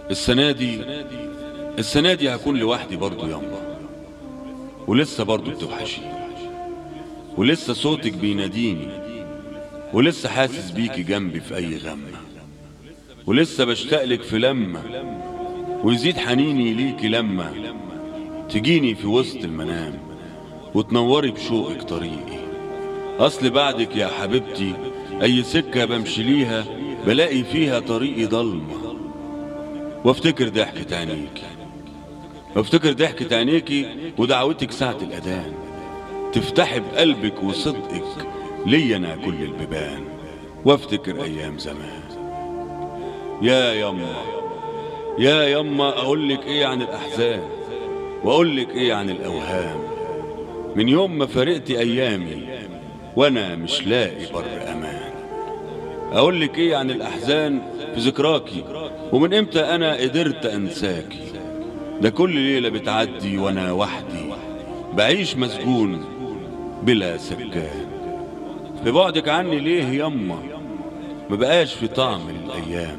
السنة دي هكون لوحدي برضو ياما، ولسه برضو بتوحشيني، ولسه صوتك بيناديني، ولسه حاسس بيكي جنبي في اي غمة، ولسه بشتاقلك في لمة، ويزيد حنيني ليكي لما تجيني في وسط المنام وتنوري بشوقك طريقي. اصل بعدك يا حبيبتي اي سكة بمشي ليها بلاقي فيها طريقي ضلمة، وافتكر ضحكة عينيكي ودعوتك ساعة الأذان تفتحي بقلبك وصدقك ليا أنا كل البيبان، وافتكر أيام زمان. يا يما أقولك إيه عن الأحزان، وأقولك إيه عن الأوهام، من يوم ما فارقتي أيامي وأنا مش لاقي بر أمان. أقولك إيه عن الأحزان في ذكراكي، ومن إمتى أنا قدرت أنساكي، ده كل ليلة بتعدي وأنا وحدي بعيش مسجون بلا سكان. في بعدك عني ليه يما مبقاش في طعم الأيام.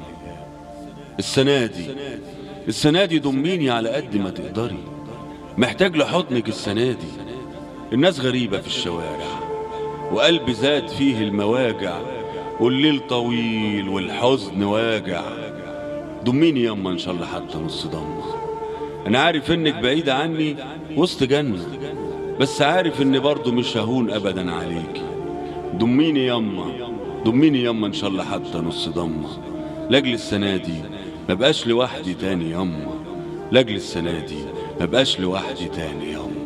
السنة دي ضميني على قد ما تقدري، محتاج لحضنك السنة دي. الناس غريبة في الشوارع وقلبي زاد فيه المواجع، والليل طويل والحزن واجع. ضميني يما ان شاء الله حتى نص ضمة، انا عارف انك بعيدة عني وسط جنة، بس عارف اني برضو مش ههون ابدا عليكي. ضميني يما ان شاء الله حتى نص ضمة، لاجل السنة دي مبقاش لوحدي تاني يما، لاجل السنة دي مبقاش لوحدي تاني يما.